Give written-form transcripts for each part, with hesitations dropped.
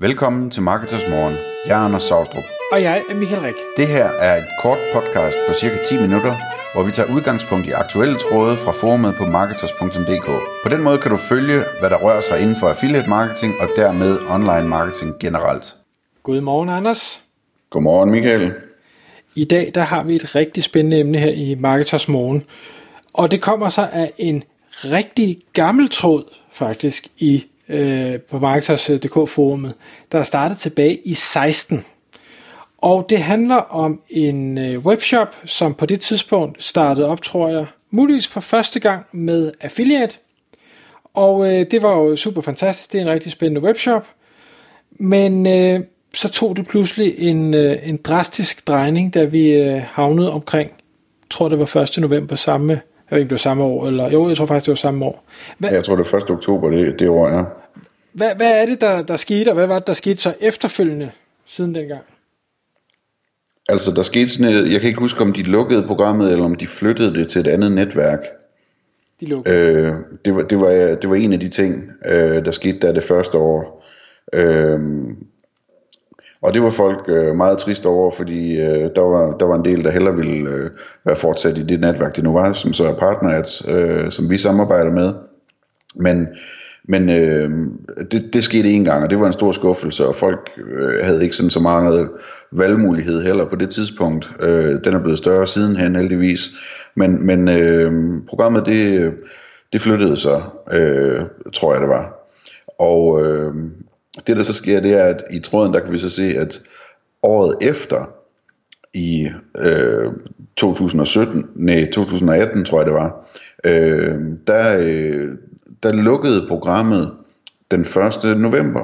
Velkommen til Marketers Morgen. Jeg er Anders Saustrup. Og jeg er Michael Rik. Det her er et kort podcast på cirka 10 minutter, hvor vi tager udgangspunkt i aktuelle tråde fra forumet på marketers.dk. På den måde kan du følge, hvad der rører sig inden for affiliate marketing og dermed online marketing generelt. Godmorgen, Anders. Godmorgen, Michael. I dag der har vi et rigtig spændende emne her i Marketers Morgen. Og det kommer så af en rigtig gammel tråd faktisk på Marketers.dk-forumet, der er startet tilbage i 16. Og det handler om en webshop, som på det tidspunkt startede op, tror jeg, muligvis for første gang med affiliate. Og det var jo super fantastisk, det er en rigtig spændende webshop. Men så tog det pludselig en drastisk drejning, da vi havnede omkring, tror det var 1. november samme, jeg ved ikke, det var samme år, eller jo, jeg tror faktisk, det var samme år. Jeg tror, det var 1. oktober det år, ja. Hvad er det, der skete, og hvad var det, der skete så efterfølgende siden dengang? Altså, der skete sådan noget, jeg kan ikke huske, om de lukkede programmet, eller om de flyttede det til et andet netværk. De lukkede. Det var en af de ting, der skete der det første år. Og det var folk meget trist over, fordi der var en del, der hellere ville være fortsat i det netværk, det nu var, som så er PartnerAds, som vi samarbejder med. Men det skete en gang, og det var en stor skuffelse, og folk havde ikke sådan så meget valgmulighed heller på det tidspunkt. Den er blevet større sidenhen heldigvis, men programmet det flyttede sig, tror jeg det var. Og det der så sker, det er, at i tråden der kan vi så se, at året efter i 2018 tror jeg det var, der lukkede programmet den 1. november.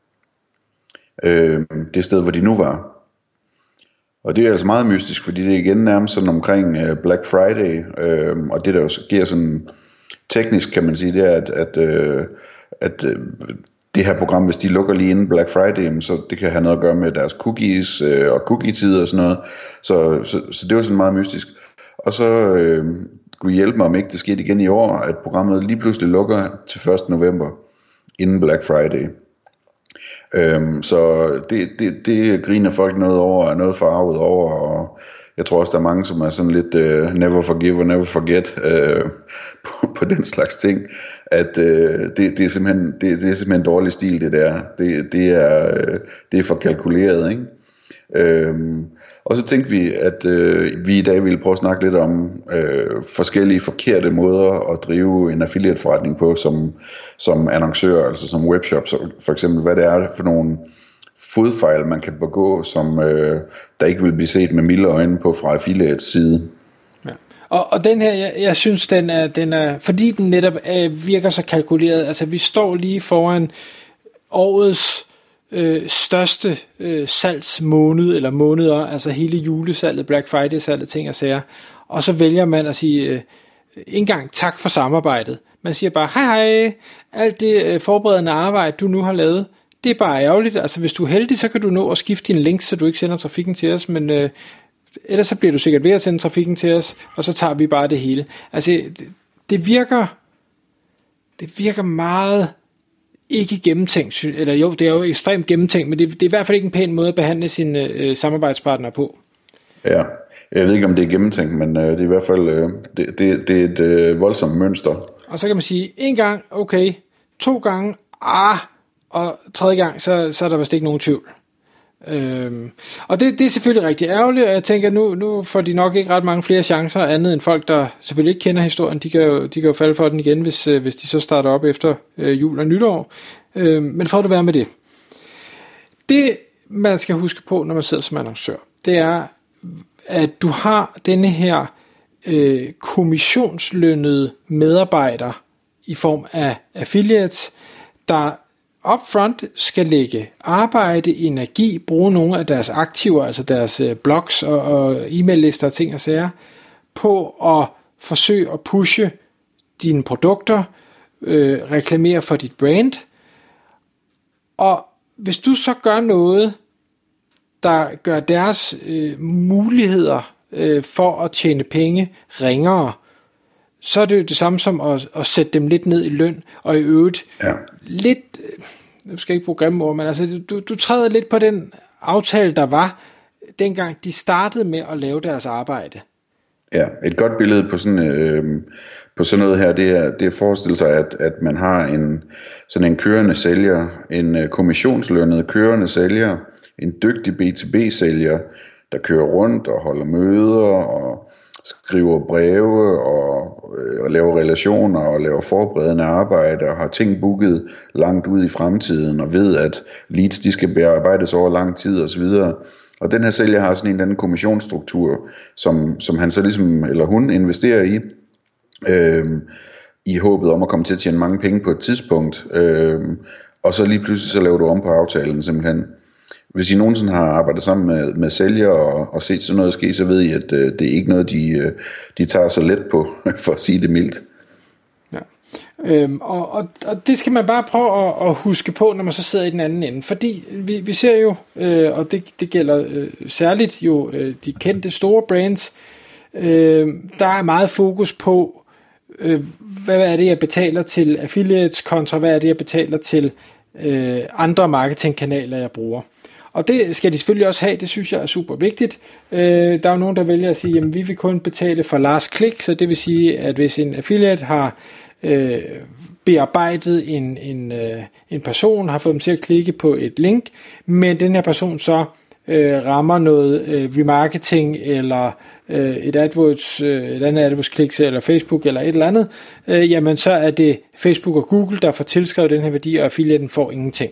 Det sted, hvor de nu var. Og det er altså meget mystisk, fordi det er igen nærmest sådan omkring Black Friday, og det der jo giver sådan teknisk, kan man sige, det er, at det her program, hvis de lukker lige inden Black Friday, så det kan have noget at gøre med deres cookies og cookie-tider og sådan noget. Så det var sådan meget mystisk. Og så kunne hjælpe mig, om ikke det skete igen i år, at programmet lige pludselig lukker til 1. november inden Black Friday. Så det griner folk noget over, er noget forarvet over, og jeg tror også, der er mange, som er sådan lidt never forgive og never forget på den slags ting, at det er simpelthen dårlig stil, det der. Det er for kalkuleret, ikke? Og så tænkte vi, at vi i dag ville prøve at snakke lidt om forskellige forkerte måder at drive en affiliate forretning på som annoncør, altså som webshop. Så for eksempel, hvad det er for nogle fodfejl, man kan begå, som der ikke vil blive set med milde øjne på fra affiliates side. Ja. Og den her, jeg synes, den er, fordi den netop virker så kalkuleret, altså vi står lige foran årets største salgsmåned eller måneder, altså hele julesalget, Black Friday salget, ting og sager, og så vælger man at sige ikke engang tak for samarbejdet, man siger bare hej, alt det forberedende arbejde du nu har lavet, det er bare ærgerligt, altså hvis du er heldig, så kan du nå at skifte din link, så du ikke sender trafikken til os, men ellers så bliver du sikkert ved at sende trafikken til os, og så tager vi bare det hele. Altså det virker meget ikke gennemtænkt, eller jo, det er jo ekstremt gennemtænkt, men det er i hvert fald ikke en pæn måde at behandle sine samarbejdspartnere på. Ja, jeg ved ikke, om det er gennemtænkt, men det er i hvert fald det er et voldsomt mønster. Og så kan man sige, en gang, okay, 2 gange, og 3. gang, så er der vist ikke nogen tvivl. Og det er selvfølgelig rigtig ærgerligt, og jeg tænker, nu får de nok ikke ret mange flere chancer, andet end folk, der selvfølgelig ikke kender historien, de kan jo falde for den igen, hvis de så starter op efter jul og nytår. Men for at være med det. Det, man skal huske på, når man sidder som annoncør, det er, at du har denne her kommissionslønnede medarbejder i form af affiliates, der upfront skal lægge arbejde, energi, bruge nogle af deres aktiver, altså deres blogs og e-mail-lister og ting og sager, på at forsøge at pushe dine produkter, reklamere for dit brand. Og hvis du så gør noget, der gør deres muligheder for at tjene penge ringere, så er det jo det samme som at sætte dem lidt ned i løn, og i øvrigt lidt jeg skal ikke bruge grimme ord, men altså, du træder lidt på den aftale, der var, dengang de startede med at lave deres arbejde. Ja, et godt billede på sådan noget her, det er at forestille sig, at man har sådan en kørende sælger, en kommissionslønnet kørende sælger, en dygtig B2B-sælger, der kører rundt og holder møder og skriver breve og laver relationer og laver forberedende arbejde og har ting booket langt ud i fremtiden og ved, at leads de skal bearbejdes over lang tid osv. Og den her sælger har sådan en eller anden kommissionsstruktur, som han så ligesom, eller hun investerer i håbet om at komme til at tjene mange penge på et tidspunkt. Og så lige pludselig så laver du om på aftalen simpelthen. Hvis I nogensinde har arbejdet sammen med sælgere og set sådan noget ske, så ved I, at det er ikke noget, de tager så let på, for at sige det mildt. Ja. Og det skal man bare prøve at huske på, når man så sidder i den anden ende. Fordi vi ser jo, og det gælder særligt jo de kendte store brands, der er meget fokus på, hvad er det, jeg betaler til affiliates, kontra hvad er det, jeg betaler til andre marketingkanaler, jeg bruger. Og det skal de selvfølgelig også have, det synes jeg er super vigtigt. Der er jo nogen, der vælger at sige, jamen vi vil kun betale for last click, så det vil sige, at hvis en affiliate har bearbejdet en person, har fået dem til at klikke på et link, men den her person så rammer noget remarketing eller et andet AdWords-klik eller Facebook eller et eller andet, jamen så er det Facebook og Google, der får tilskrevet den her værdi, og affiliaten får ingenting.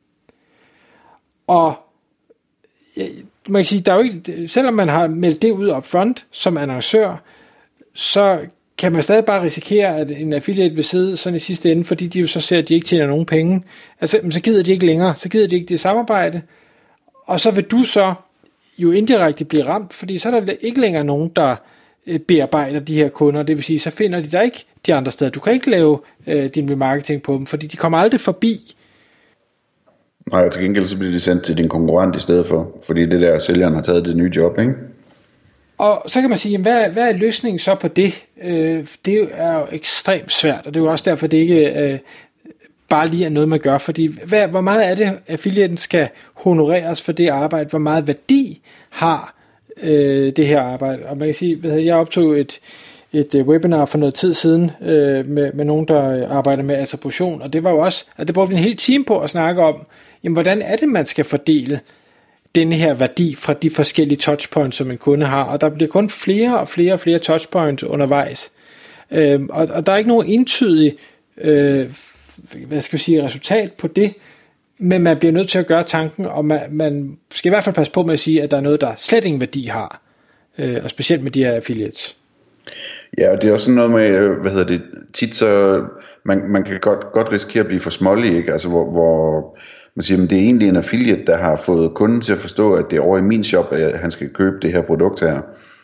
Og man kan sige, der er jo ikke, selvom man har meldt det ud up front som annoncør, så kan man stadig bare risikere, at en affiliate vil sidde sådan i sidste ende, fordi de jo så ser, at de ikke tjener nogen penge. Altså, så gider de ikke længere, så gider de ikke det samarbejde, og så vil du så jo indirekte blive ramt, fordi så er der ikke længere nogen, der bearbejder de her kunder, det vil sige, så finder de der ikke de andre steder. Du kan ikke lave din remarketing på dem, fordi de kommer aldrig forbi. Nej, til gengæld så bliver de sendt til din konkurrent i stedet for, fordi det der sælgeren har taget det nye job, ikke? Og så kan man sige, jamen, hvad er løsningen så på det? Det er jo ekstremt svært, og det er jo også derfor, det ikke bare lige er noget, man gør, fordi hvor meget er det, affiliaten skal honoreres for det arbejde? Hvor meget værdi har det her arbejde? Og man kan sige, jeg optog et webinar for noget tid siden med nogen, der arbejder med attribution, og det var jo også, at det brugte vi en hel time på at snakke om, jamen, hvordan er det, man skal fordele denne her værdi fra de forskellige touchpoints, som en kunde har, og der bliver kun flere og flere touchpoints undervejs. Og der er ikke nogen entydig resultat på det, men man bliver nødt til at gøre tanken, og man skal i hvert fald passe på med at sige, at der er noget, der slet ingen værdi har, og specielt med de her affiliates. Ja, og det er også sådan noget med, tit så, man kan godt risikere at blive for smålig, ikke? Altså hvor man siger, at det er egentlig en affiliate, der har fået kunden til at forstå, at det er over i min shop, at han skal købe det her produkt her.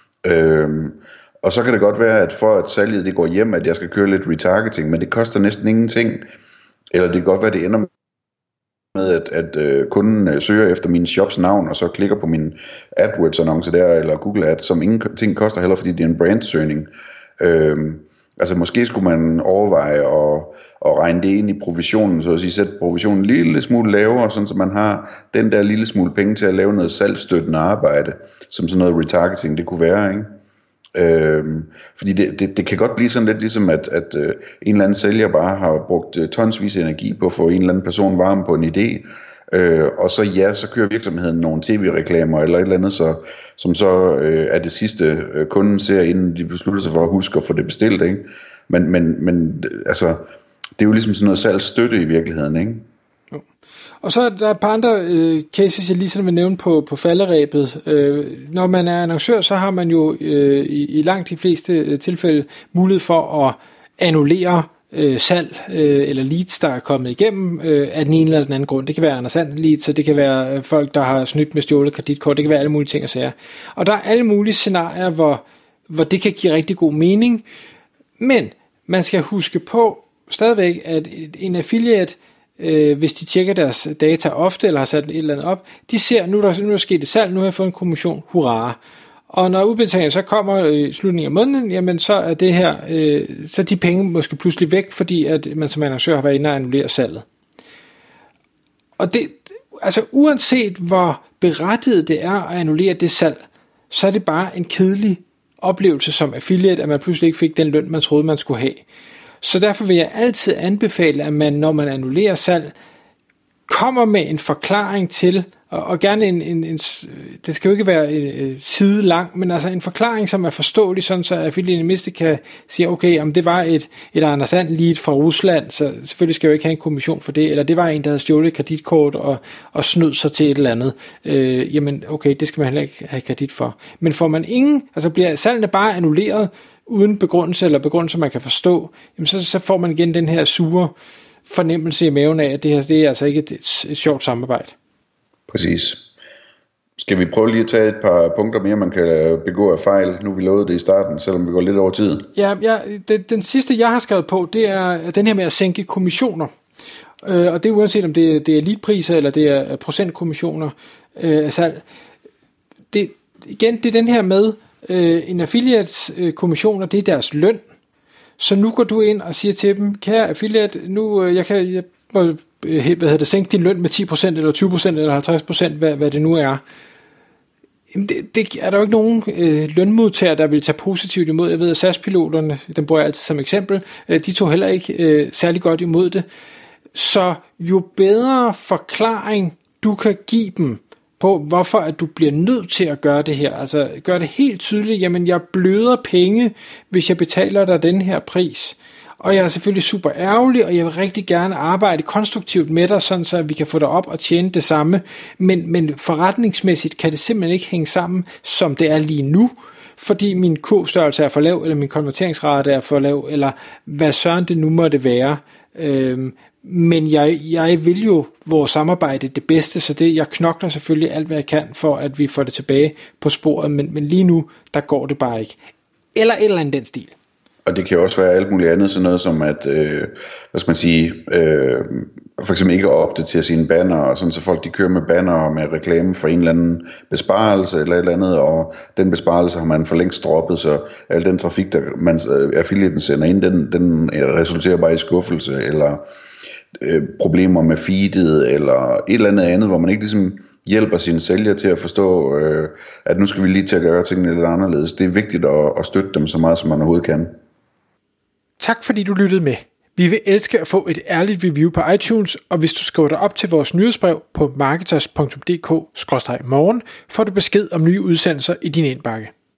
Og så kan det godt være, at for at salget det går hjem, at jeg skal køre lidt retargeting, men det koster næsten ingenting. Eller det kan godt være, at det ender med, at kunden søger efter min shops navn, og så klikker på min AdWords annonce der, eller Google Ads, som ingenting koster heller, fordi det er en brandsøgning. Altså måske skulle man overveje at regne det ind i provisionen, så at sige, sætte provisionen en lille smule lavere, sådan så man har den der lille smule penge til at lave noget salgsstøttende arbejde, som sådan noget retargeting det kunne være, ikke? Fordi det kan godt blive sådan lidt ligesom at en eller anden sælger bare har brugt tonsvis af energi på at få en eller anden person varm på en idé, og så kører virksomheden nogle tv-reklamer eller et eller andet, som så er det sidste kunden ser, inden de beslutter sig for at huske at få det bestilt, ikke? Men altså, det er jo ligesom sådan noget salgsstøtte i virkeligheden, ikke? Og så er der et par andre cases, jeg lige sådan vil nævne på falderæbet. Når man er annoncør, så har man jo i langt de fleste tilfælde mulighed for at annullere salg eller leads, der er kommet igennem af den ene eller den anden grund. Det kan være Anders And leads, så det kan være folk, der har snydt med stjålet kreditkort, det kan være alle mulige ting og sager. Og der er alle mulige scenarier, hvor det kan give rigtig god mening, men man skal huske på stadigvæk, at en affiliate, hvis de tjekker deres data ofte, eller har sat et eller andet op, de ser, nu er sket et salg, nu har jeg fået en kommission, hurra. Og når udbetalingen så kommer i slutningen af måneden, jamen så er det her, så de penge måske pludselig væk, fordi at man som annoncør har været inde og annullere salget. Og det, altså uanset hvor berettiget det er at annullere det salg, så er det bare en kedelig oplevelse som affiliate, at man pludselig ikke fik den løn, man troede, man skulle have. Så derfor vil jeg altid anbefale, at man, når man annullerer salg, kommer med en forklaring til, og gerne det skal jo ikke være en side lang, men altså en forklaring, som er forståelig, sådan så affiliate mindst kan sige, okay, om det var et Anders And lead fra Rusland, så selvfølgelig skal jeg jo ikke have en kommission for det, eller det var en, der havde stjålet et kreditkort og snød sig til et eller andet, jamen okay, det skal man heller ikke have kredit for. Men får man ingen, altså bliver salgene bare annulleret, uden begrundelse, eller begrundelse, man kan forstå, jamen så får man igen den her sure fornemmelse i maven af, at det her, det er altså ikke et sjovt samarbejde. Præcis. Skal vi prøve lige at tage et par punkter mere, man kan begå af fejl? Nu vi lovede det i starten, selvom vi går lidt over tid. Ja, den sidste, jeg har skrevet på, det er den her med at sænke kommissioner. Og det er uanset om det er leadpriser, eller det er procentkommissioner af salg. Det er den her med, en affiliates kommissioner, det er deres løn. Så nu går du ind og siger til dem, kære affiliate, nu jeg må sænke din løn med 10% eller 20% eller 50%, hvad det nu er. Det er der jo ikke nogen lønmodtager, der vil tage positivt imod. Jeg ved, at SAS-piloterne, dem bruger jeg altid som eksempel, de tog heller ikke særlig godt imod det. Så jo bedre forklaring du kan give dem på, hvorfor at du bliver nødt til at gøre det her. Altså gør det helt tydeligt, jamen jeg bløder penge, hvis jeg betaler dig den her pris. Og jeg er selvfølgelig super ærgerlig, og jeg vil rigtig gerne arbejde konstruktivt med dig, sådan så vi kan få dig op og tjene det samme. Men forretningsmæssigt kan det simpelthen ikke hænge sammen, som det er lige nu, fordi min kursstørrelse er for lav, eller min konverteringsrate er for lav, eller hvad søren det nu måtte være. Men jeg vil jo vores samarbejde det bedste, så jeg knokler selvfølgelig alt, hvad jeg kan, for at vi får det tilbage på sporet, men lige nu, der går det bare ikke. Eller et eller andet den stil. Og det kan jo også være alt muligt andet, sådan noget som at, hvad skal man sige, for eksempel ikke at opdatere sine banner, og sådan så folk de kører med banner med reklame for en eller anden besparelse eller et eller andet, og den besparelse har man for længst droppet, så al den trafik, der affiliaten sender ind, den resulterer bare i skuffelse, eller problemer med feedet, eller et eller andet, hvor man ikke ligesom hjælper sine sælgere til at forstå, at nu skal vi lige til at gøre tingene lidt anderledes. Det er vigtigt at støtte dem så meget, som man overhovedet kan. Tak fordi du lyttede med. Vi vil elske at få et ærligt review på iTunes, og hvis du skriver dig op til vores nyhedsbrev på marketers.dk/morgen, får du besked om nye udsendelser i din indbakke.